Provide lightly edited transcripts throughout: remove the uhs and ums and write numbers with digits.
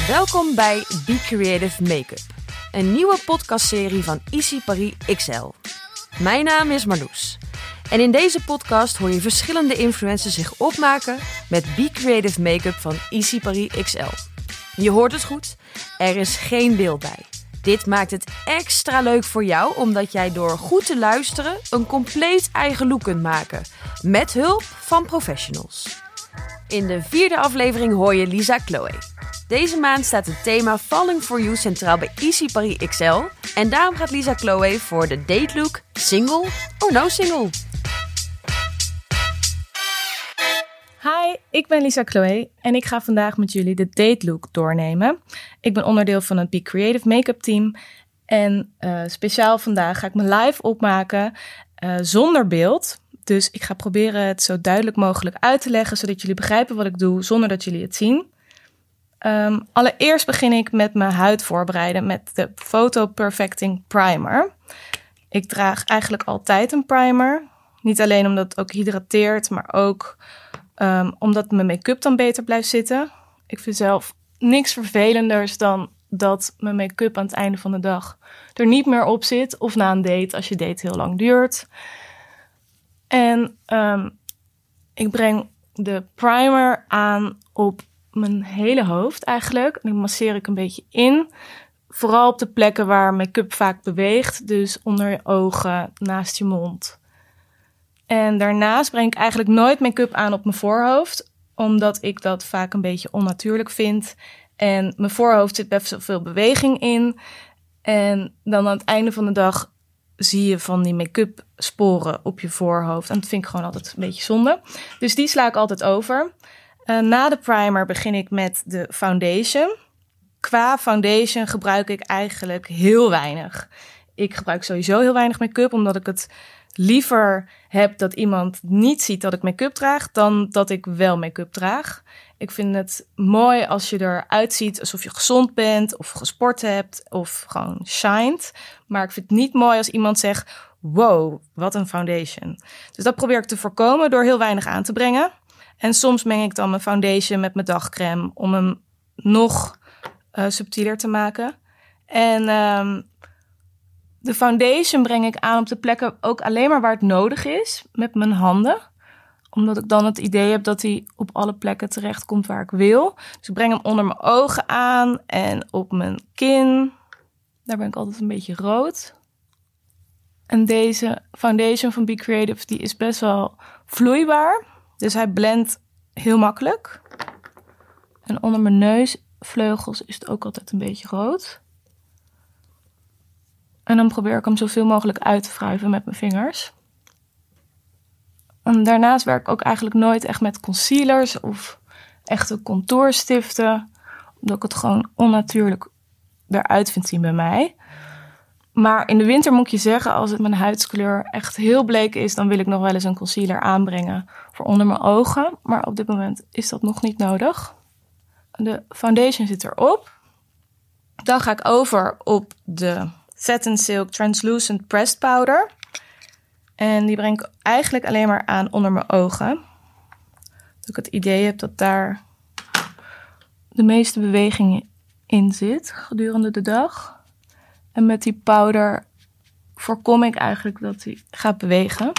Welkom bij Be Creative Make-up, een nieuwe podcastserie van Easy Paris XL. Mijn naam is Marloes en in deze podcast hoor je verschillende influencers zich opmaken met Be Creative Make-up van Easy Paris XL. Je hoort het goed, er is geen beeld bij. Dit maakt het extra leuk voor jou, omdat jij door goed te luisteren een compleet eigen look kunt maken. Met hulp van professionals. In de 4e aflevering hoor je Lisa Chloe. Deze maand staat het thema Falling For You centraal bij Easy Paris XL. En daarom gaat Lisa Chloe voor de date look single or no single. Hi, ik ben Lisa Chloe en ik ga vandaag met jullie de date look doornemen. Ik ben onderdeel van het Be Creative Make-up team. En speciaal vandaag ga ik me live opmaken zonder beeld. Dus ik ga proberen het zo duidelijk mogelijk uit te leggen, zodat jullie begrijpen wat ik doe zonder dat jullie het zien. Allereerst begin ik met mijn huid voorbereiden met de Photo Perfecting Primer. Ik draag eigenlijk altijd een primer. Niet alleen omdat het ook hydrateert, maar ook omdat mijn make-up dan beter blijft zitten. Ik vind zelf niks vervelenders dan dat mijn make-up aan het einde van de dag er niet meer op zit. Of na een date, als je date heel lang duurt. En ik breng de primer aan op mijn hele hoofd eigenlijk. En die masseer ik een beetje in. Vooral op de plekken waar make-up vaak beweegt. Dus onder je ogen, naast je mond. En daarnaast breng ik eigenlijk nooit make-up aan op mijn voorhoofd. Omdat ik dat vaak een beetje onnatuurlijk vind. En mijn voorhoofd zit best veel beweging in. En dan aan het einde van de dag zie je van die make-up sporen op je voorhoofd. En dat vind ik gewoon altijd een beetje zonde. Dus die sla ik altijd over. Na de primer begin ik met de foundation. Qua foundation gebruik ik eigenlijk heel weinig. Ik gebruik sowieso heel weinig make-up, omdat ik het liever heb dat iemand niet ziet dat ik make-up draag, dan dat ik wel make-up draag. Ik vind het mooi als je eruit ziet alsof je gezond bent, of gesport hebt, of gewoon shined. Maar ik vind het niet mooi als iemand zegt, wow, wat een foundation. Dus dat probeer ik te voorkomen door heel weinig aan te brengen. En soms meng ik dan mijn foundation met mijn dagcrème om hem nog subtieler te maken. En de foundation breng ik aan op de plekken ook alleen maar waar het nodig is met mijn handen. Omdat ik dan het idee heb dat hij op alle plekken terecht komt waar ik wil. Dus ik breng hem onder mijn ogen aan en op mijn kin. Daar ben ik altijd een beetje rood. En deze foundation van Be Creative die is best wel vloeibaar. Dus hij blendt heel makkelijk. En onder mijn neusvleugels is het ook altijd een beetje rood. En dan probeer ik hem zoveel mogelijk uit te wrijven met mijn vingers. En daarnaast werk ik ook eigenlijk nooit echt met concealers of echte contourstiften. Omdat ik het gewoon onnatuurlijk eruit vind zien bij mij. Maar in de winter moet ik je zeggen, als het mijn huidskleur echt heel bleek is, dan wil ik nog wel eens een concealer aanbrengen voor onder mijn ogen. Maar op dit moment is dat nog niet nodig. De foundation zit erop. Dan ga ik over op de Satin Silk Translucent Pressed Powder. En die breng ik eigenlijk alleen maar aan onder mijn ogen. Dat ik het idee heb dat daar de meeste beweging in zit gedurende de dag. En met die powder voorkom ik eigenlijk dat hij gaat bewegen.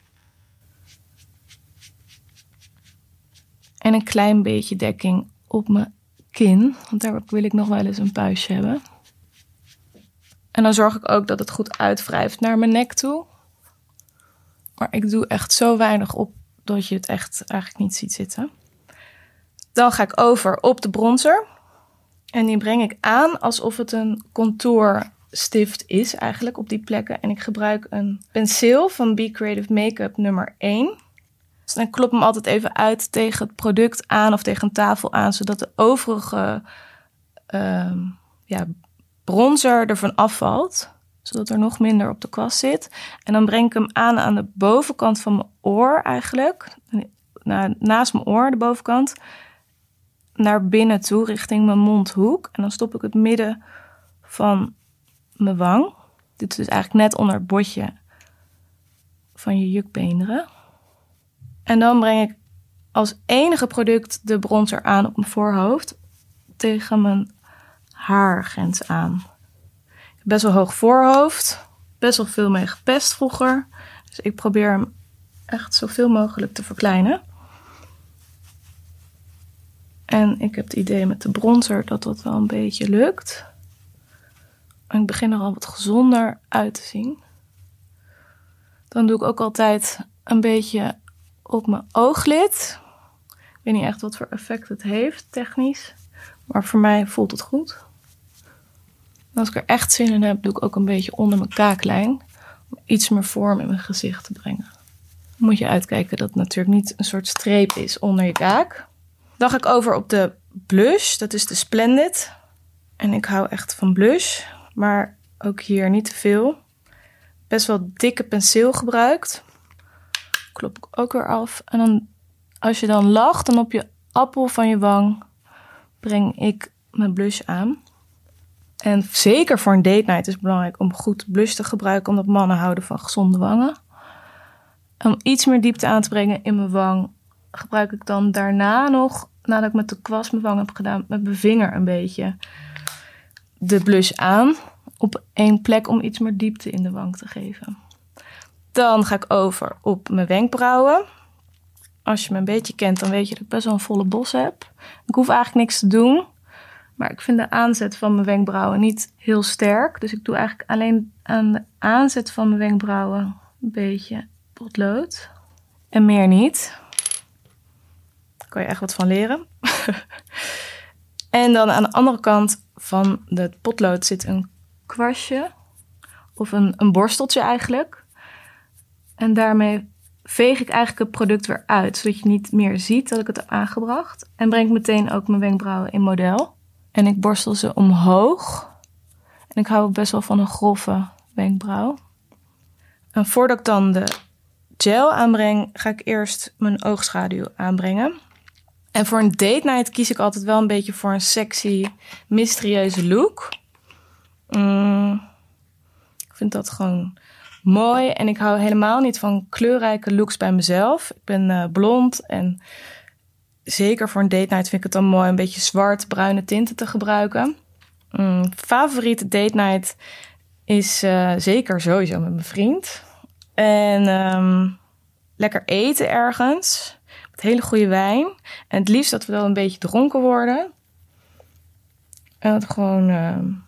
En een klein beetje dekking op mijn kin. Want daar wil ik nog wel eens een puistje hebben. En dan zorg ik ook dat het goed uitwrijft naar mijn nek toe. Maar ik doe echt zo weinig op dat je het echt eigenlijk niet ziet zitten. Dan ga ik over op de bronzer. En die breng ik aan alsof het een contourstift is eigenlijk op die plekken. En ik gebruik een penseel van Be Creative Make-up nummer 1. Dus dan klop hem altijd even uit tegen het product aan of tegen een tafel aan. Zodat de overige bronzer ervan afvalt. Zodat er nog minder op de kwast zit. En dan breng ik hem aan de bovenkant van mijn oor eigenlijk. Naast mijn oor, de bovenkant. Naar binnen toe, richting mijn mondhoek. En dan stop ik het midden van mijn wang. Dit is dus eigenlijk net onder het botje van je jukbeenderen. En dan breng ik als enige product de bronzer aan op mijn voorhoofd. tegen mijn haargrens aan. Ik heb best wel hoog voorhoofd. Best wel veel mee gepest vroeger. Dus ik probeer hem echt zoveel mogelijk te verkleinen. En ik heb het idee met de bronzer dat dat wel een beetje lukt. En ik begin er al wat gezonder uit te zien. Dan doe ik ook altijd een beetje op mijn ooglid. Ik weet niet echt wat voor effect het heeft, technisch. Maar voor mij voelt het goed. En als ik er echt zin in heb, doe ik ook een beetje onder mijn kaaklijn. Om iets meer vorm in mijn gezicht te brengen. Dan moet je uitkijken dat het natuurlijk niet een soort streep is onder je kaak. Dan ga ik over op de blush. Dat is de Splendid. En ik hou echt van blush. Maar ook hier niet te veel. Best wel dikke penseel gebruikt. Klop ik ook weer af. En dan, als je dan lacht, dan op je appel van je wang breng ik mijn blush aan. En zeker voor een date night is het belangrijk om goed blush te gebruiken. Omdat mannen houden van gezonde wangen. Om iets meer diepte aan te brengen in mijn wang, gebruik ik dan daarna nog, nadat ik met de kwast mijn wang heb gedaan, met mijn vinger een beetje de blush aan. Op één plek om iets meer diepte in de wang te geven. Dan ga ik over op mijn wenkbrauwen. Als je me een beetje kent, dan weet je dat ik best wel een volle bos heb. Ik hoef eigenlijk niks te doen. Maar ik vind de aanzet van mijn wenkbrauwen niet heel sterk. Dus ik doe eigenlijk alleen aan de aanzet van mijn wenkbrauwen een beetje potlood. En meer niet. Daar kan je echt wat van leren. En dan aan de andere kant van het potlood zit een kwastje. Of een borsteltje eigenlijk. En daarmee veeg ik eigenlijk het product weer uit. Zodat je niet meer ziet dat ik het heb aangebracht. En breng ik meteen ook mijn wenkbrauwen in model. En ik borstel ze omhoog. En ik hou best wel van een grove wenkbrauw. En voordat ik dan de gel aanbreng, ga ik eerst mijn oogschaduw aanbrengen. En voor een date night kies ik altijd wel een beetje voor een sexy, mysterieuze look. Ik vind dat gewoon mooi. En ik hou helemaal niet van kleurrijke looks bij mezelf. Ik ben blond en zeker voor een date night vind ik het dan mooi een beetje zwart, bruine tinten te gebruiken. Favoriete date night is zeker sowieso met mijn vriend. En lekker eten ergens. Met hele goede wijn. En het liefst dat we wel een beetje dronken worden. En dat gewoon,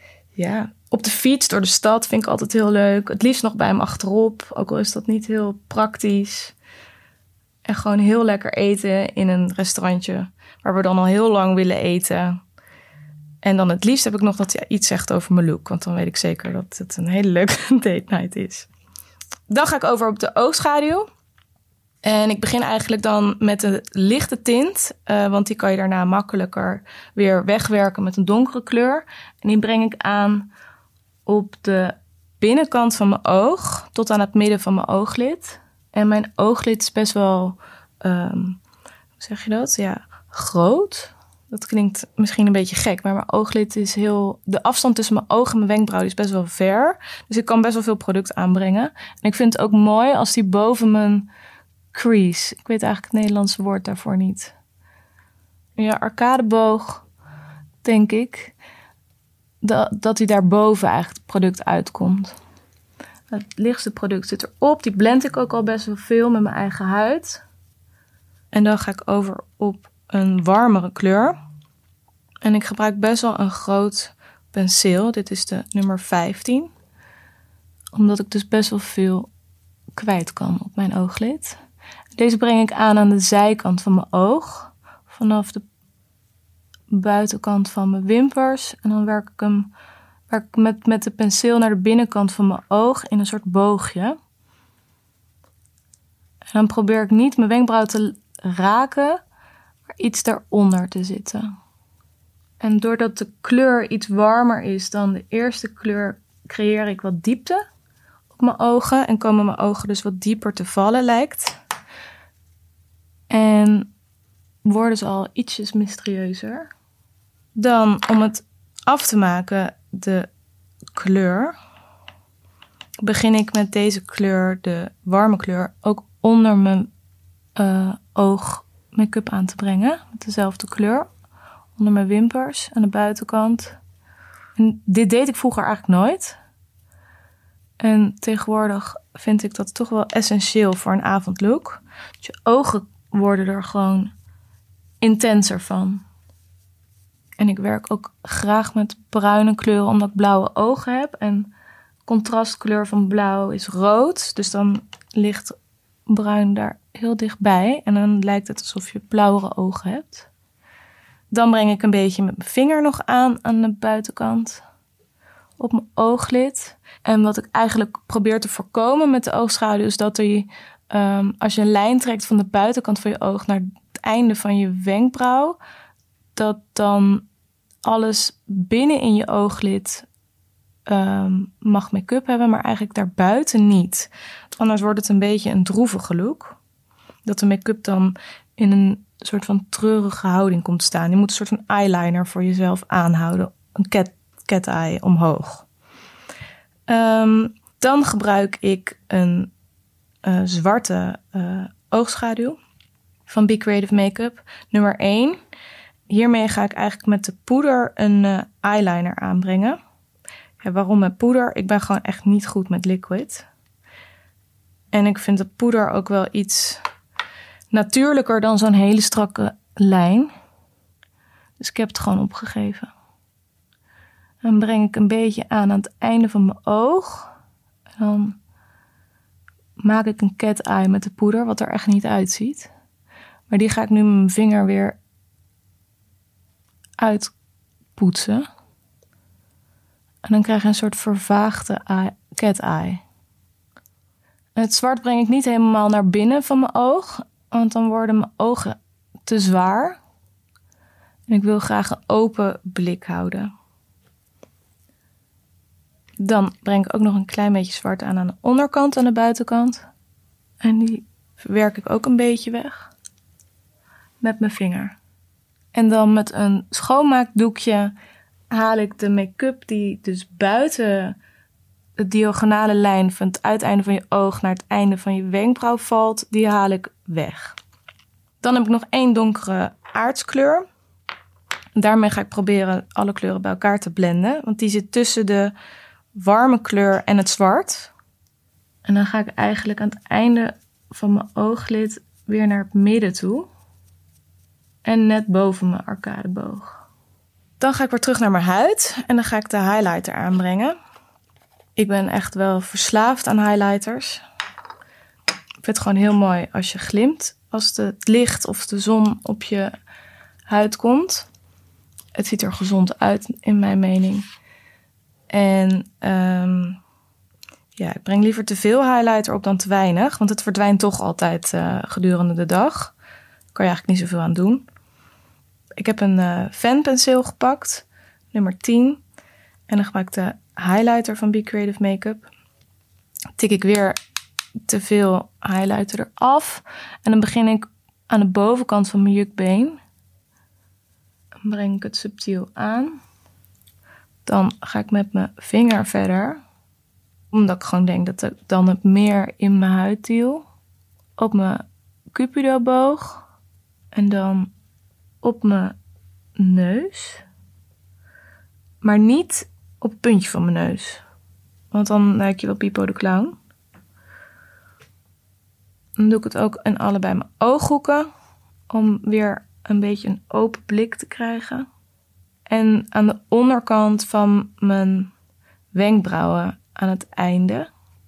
op de fiets door de stad vind ik altijd heel leuk. Het liefst nog bij hem achterop. Ook al is dat niet heel praktisch. En gewoon heel lekker eten in een restaurantje. Waar we dan al heel lang willen eten. En dan het liefst heb ik nog dat hij iets zegt over mijn look. Want dan weet ik zeker dat het een hele leuke date night is. Dan ga ik over op de oogschaduw. En ik begin eigenlijk dan met een lichte tint. Want die kan je daarna makkelijker weer wegwerken met een donkere kleur. En die breng ik aan op de binnenkant van mijn oog. Tot aan het midden van mijn ooglid. En mijn ooglid is best wel, hoe zeg je dat? Ja, groot. Dat klinkt misschien een beetje gek, maar mijn ooglid is heel... De afstand tussen mijn oog en mijn wenkbrauw is best wel ver. Dus ik kan best wel veel product aanbrengen. En ik vind het ook mooi als die boven mijn crease... Ik weet eigenlijk het Nederlandse woord daarvoor niet. Ja, arcadeboog, denk ik. Dat die daarboven eigenlijk het product uitkomt. Het lichtste product zit erop. Die blend ik ook al best wel veel met mijn eigen huid. En dan ga ik over op een warmere kleur. En ik gebruik best wel een groot penseel. Dit is de nummer 15. Omdat ik dus best wel veel kwijt kan op mijn ooglid. Deze breng ik aan de zijkant van mijn oog. Vanaf de buitenkant van mijn wimpers. En dan werk ik met de penseel naar de binnenkant van mijn oog in een soort boogje. En dan probeer ik niet mijn wenkbrauw te raken, maar iets daaronder te zitten. En doordat de kleur iets warmer is dan de eerste kleur, creëer ik wat diepte op mijn ogen. En komen mijn ogen dus wat dieper te vallen, lijkt. En worden ze al ietsjes mysterieuzer. Dan, om het af te maken, de kleur, begin ik met deze kleur, de warme kleur, ook onder mijn oog make-up aan te brengen. Met dezelfde kleur. onder mijn wimpers aan de buitenkant. En dit deed ik vroeger eigenlijk nooit. En tegenwoordig vind ik dat toch wel essentieel voor een avondlook. Dus je ogen worden er gewoon intenser van. En ik werk ook graag met bruine kleuren omdat ik blauwe ogen heb. En contrastkleur van blauw is rood. Dus dan ligt bruin daar heel dichtbij. En dan lijkt het alsof je blauwere ogen hebt. Dan breng ik een beetje met mijn vinger nog aan de buitenkant. Op mijn ooglid. En wat ik eigenlijk probeer te voorkomen met de oogschaduw is dat als je een lijn trekt van de buitenkant van je oog naar het einde van je wenkbrauw, dat dan alles binnen in je ooglid mag make-up hebben, maar eigenlijk daarbuiten niet. Anders wordt het een beetje een droevige look. Dat de make-up dan in een soort van treurige houding komt staan. Je moet een soort van eyeliner voor jezelf aanhouden. Een cat eye omhoog. Dan gebruik ik een zwarte oogschaduw van Be Creative Makeup. Nummer 1. Hiermee ga ik eigenlijk met de poeder een eyeliner aanbrengen. Ja, waarom met poeder? Ik ben gewoon echt niet goed met liquid. En ik vind de poeder ook wel iets natuurlijker dan zo'n hele strakke lijn. Dus ik heb het gewoon opgegeven. Dan breng ik een beetje aan het einde van mijn oog. En dan maak ik een cat eye met de poeder, wat er echt niet uitziet. Maar die ga ik nu met mijn vinger weer uitpoetsen. En dan krijg je een soort vervaagde cat eye. Het zwart breng ik niet helemaal naar binnen van mijn oog, want dan worden mijn ogen te zwaar. En ik wil graag een open blik houden. Dan breng ik ook nog een klein beetje zwart aan de onderkant en de buitenkant. En die werk ik ook een beetje weg. Met mijn vinger. En dan met een schoonmaakdoekje haal ik de make-up die dus buiten de diagonale lijn van het uiteinde van je oog naar het einde van je wenkbrauw valt. Die haal ik weg. Dan heb ik nog 1 donkere aardskleur. Daarmee ga ik proberen alle kleuren bij elkaar te blenden. Want die zit tussen de warme kleur en het zwart. En dan ga ik eigenlijk aan het einde van mijn ooglid weer naar het midden toe. En net boven mijn arcadeboog. Dan ga ik weer terug naar mijn huid. En dan ga ik de highlighter aanbrengen. Ik ben echt wel verslaafd aan highlighters. Ik vind het gewoon heel mooi als je glimt. Als het licht of de zon op je huid komt. Het ziet er gezond uit, in mijn mening. En ik breng liever te veel highlighter op dan te weinig. Want het verdwijnt toch altijd gedurende de dag. Daar kan je eigenlijk niet zoveel aan doen. Ik heb een fanpenseel gepakt. Nummer 10. En dan gebruik ik de highlighter van Be Creative Makeup. Tik ik weer te veel highlighter eraf. En dan begin ik aan de bovenkant van mijn jukbeen. Dan breng ik het subtiel aan. Dan ga ik met mijn vinger verder. Omdat ik gewoon denk dat ik dan het meer in mijn huid duw. Op mijn cupidoboog. En dan op mijn neus. Maar niet op het puntje van mijn neus. Want dan lijk je wel Pipo de Clown. Dan doe ik het ook in allebei mijn ooghoeken. Om weer een beetje een open blik te krijgen. En aan de onderkant van mijn wenkbrauwen aan het einde.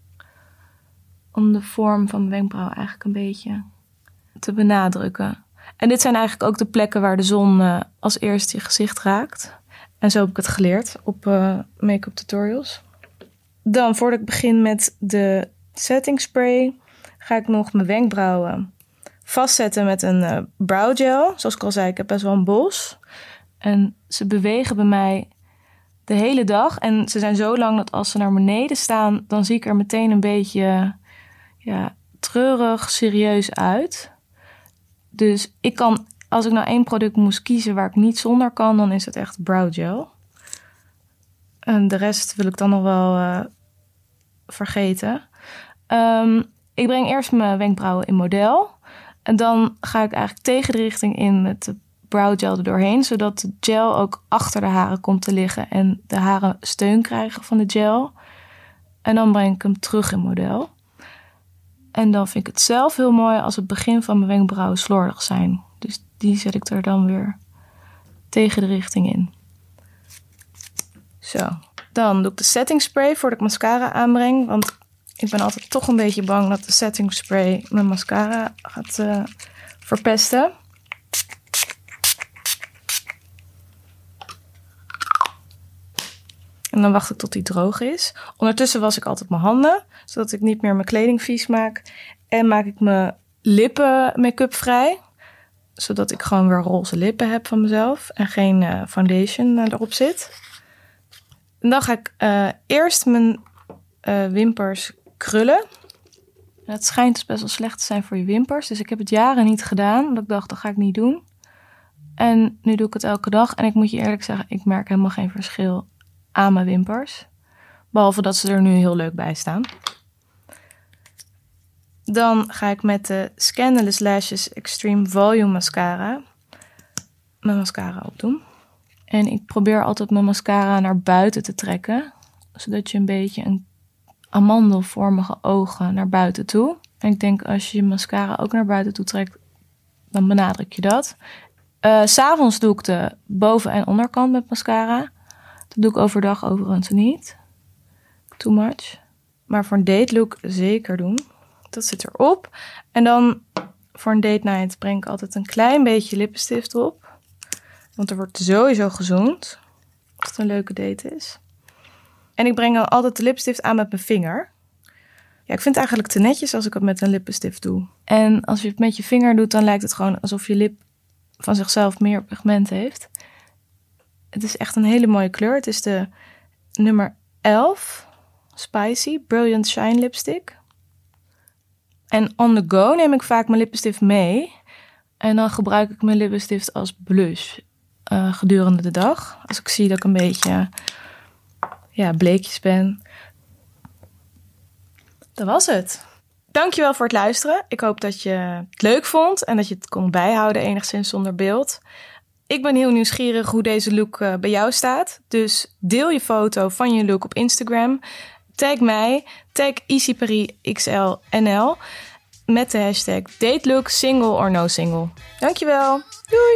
Om de vorm van mijn wenkbrauw eigenlijk een beetje te benadrukken. En dit zijn eigenlijk ook de plekken waar de zon als eerste je gezicht raakt. En zo heb ik het geleerd op make-up tutorials. Dan, voordat ik begin met de setting spray, ga ik nog mijn wenkbrauwen vastzetten met een brow gel. Zoals ik al zei, ik heb best wel een bos. En ze bewegen bij mij de hele dag. En ze zijn zo lang dat als ze naar beneden staan, dan zie ik er meteen een beetje treurig, serieus uit. Dus ik kan, als ik nou 1 product moest kiezen waar ik niet zonder kan, dan is het echt brow gel. En de rest wil ik dan nog wel vergeten. Ik breng eerst mijn wenkbrauwen in model. En dan ga ik eigenlijk tegen de richting in met de brow gel er doorheen, zodat de gel ook achter de haren komt te liggen en de haren steun krijgen van de gel. En dan breng ik hem terug in model. En dan vind ik het zelf heel mooi als het begin van mijn wenkbrauwen slordig zijn. Dus die zet ik er dan weer tegen de richting in. Zo. Dan doe ik de setting spray voordat ik mascara aanbreng. Want ik ben altijd toch een beetje bang dat de setting spray mijn mascara gaat verpesten. En dan wacht ik tot die droog is. Ondertussen was ik altijd mijn handen, zodat ik niet meer mijn kleding vies maak. En maak ik mijn lippen make-up vrij, zodat ik gewoon weer roze lippen heb van mezelf en geen foundation erop zit. En dan ga ik eerst mijn wimpers krullen. En het schijnt dus best wel slecht te zijn voor je wimpers. Dus ik heb het jaren niet gedaan, omdat ik dacht, dat ga ik niet doen. En nu doe ik het elke dag. En ik moet je eerlijk zeggen, ik merk helemaal geen verschil aan mijn wimpers. Behalve dat ze er nu heel leuk bij staan. Dan ga ik met de Scandalous Lashes Extreme Volume Mascara mijn mascara opdoen. En ik probeer altijd mijn mascara naar buiten te trekken. Zodat je een beetje een amandelvormige ogen naar buiten toe. En ik denk als je je mascara ook naar buiten toe trekt, dan benadruk je dat. 'S Avonds doe ik de boven- en onderkant met mascara. Dat doe ik overdag overigens niet. Too much. Maar voor een date look zeker doen. Dat zit erop. En dan voor een date night breng ik altijd een klein beetje lippenstift op. Want er wordt sowieso gezoend. Als het een leuke date is. En ik breng dan altijd de lipstift aan met mijn vinger. Ja, ik vind het eigenlijk te netjes als ik het met een lippenstift doe. En als je het met je vinger doet, dan lijkt het gewoon alsof je lip van zichzelf meer pigment heeft. Het is echt een hele mooie kleur. Het is de nummer 11 Spicy Brilliant Shine Lipstick. En on the go neem ik vaak mijn lippenstift mee. En dan gebruik ik mijn lippenstift als blush gedurende de dag. Als ik zie dat ik een beetje bleekjes ben. Dat was het. Dankjewel voor het luisteren. Ik hoop dat je het leuk vond en dat je het kon bijhouden enigszins zonder beeld. Ik ben heel nieuwsgierig hoe deze look bij jou staat. Dus deel je foto van je look op Instagram. Tag mij, tag EasyParisXLNL met de hashtag datelook single or no single. Dankjewel. Doei!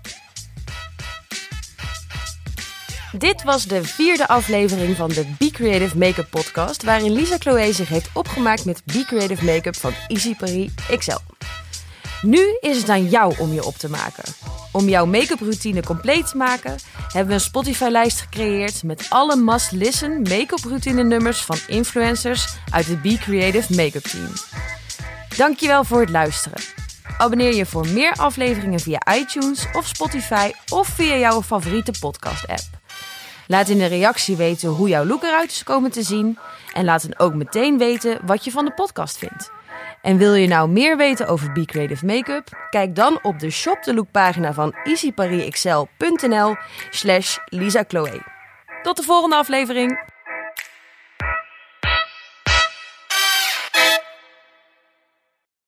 Dit was de 4e aflevering van de Be Creative Make-up podcast, waarin Lisa Chloé zich heeft opgemaakt met Be Creative Make-up van Easy Paris XL. Nu is het aan jou om je op te maken. Om jouw make-up routine compleet te maken, hebben we een Spotify-lijst gecreëerd met alle must-listen make-up routine nummers van influencers uit het Be Creative Make-up team. Dankjewel voor het luisteren. Abonneer je voor meer afleveringen via iTunes of Spotify of via jouw favoriete podcast-app. Laat in de reactie weten hoe jouw look eruit is komen te zien. En laat dan ook meteen weten wat je van de podcast vindt. En wil je nou meer weten over Be Creative Make-up? Kijk dan op de Shop the Look pagina van easyparisxl.nl/Lisa Chloé. Tot de volgende aflevering!